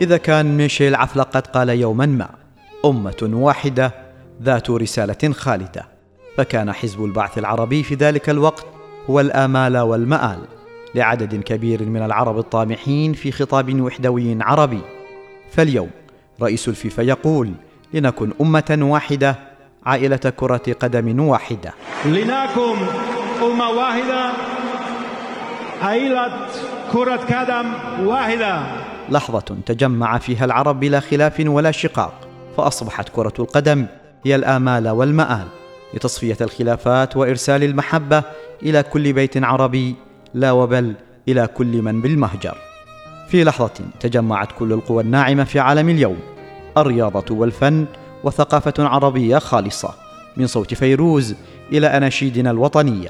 إذا كان ميشيل عفلق قد قال يوما ما: أمة واحدة ذات رسالة خالدة، فكان حزب البعث العربي في ذلك الوقت هو الآمال والمآل لعدد كبير من العرب الطامحين في خطاب وحدوي عربي. فاليوم رئيس الفيفا يقول: لنكن أمة واحدة، عائلة كرة قدم واحدة. لنكن أمة واحدة، عائلة كرة قدم واحدة. لحظة تجمع فيها العرب بلا خلاف ولا شقاق، فأصبحت كرة القدم هي الآمال والمآل لتصفية الخلافات وإرسال المحبة إلى كل بيت عربي، لا وبل إلى كل من بالمهجر. في لحظة تجمعت كل القوى الناعمة في عالم اليوم، الرياضة والفن وثقافة عربية خالصة، من صوت فيروز إلى أناشيدنا الوطنية.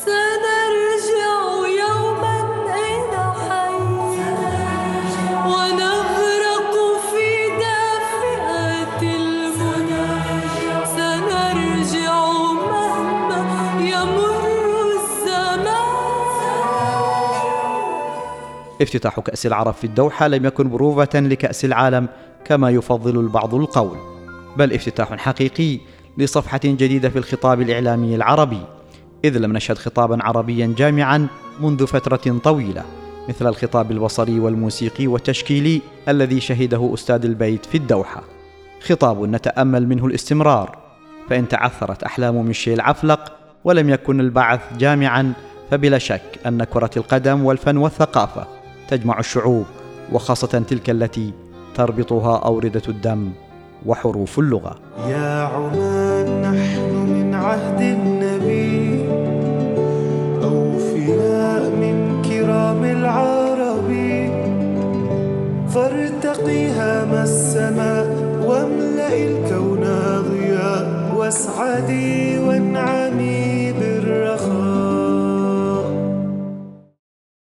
افتتاح كأس العرب في الدوحة لم يكن بروفة لكأس العالم كما يفضل البعض القول، بل افتتاح حقيقي لصفحة جديدة في الخطاب الإعلامي العربي، إذ لم نشهد خطابا عربيا جامعا منذ فترة طويلة مثل الخطاب البصري والموسيقي والتشكيلي الذي شهده أستاذ البيت في الدوحة. خطاب نتأمل منه الاستمرار، فإن تعثرت أحلام ميشيل عفلق ولم يكن البعث جامعا، فبلا شك أن كرة القدم والفن والثقافة تجمع الشعوب، وخاصة تلك التي تربطها أوردة الدم وحروف اللغة. يا عمان نحن من عهد النبي، أوفياء من كرام العربي، فارتقي هام السماء واملئ الكون ضياء، واسعدي وانعمي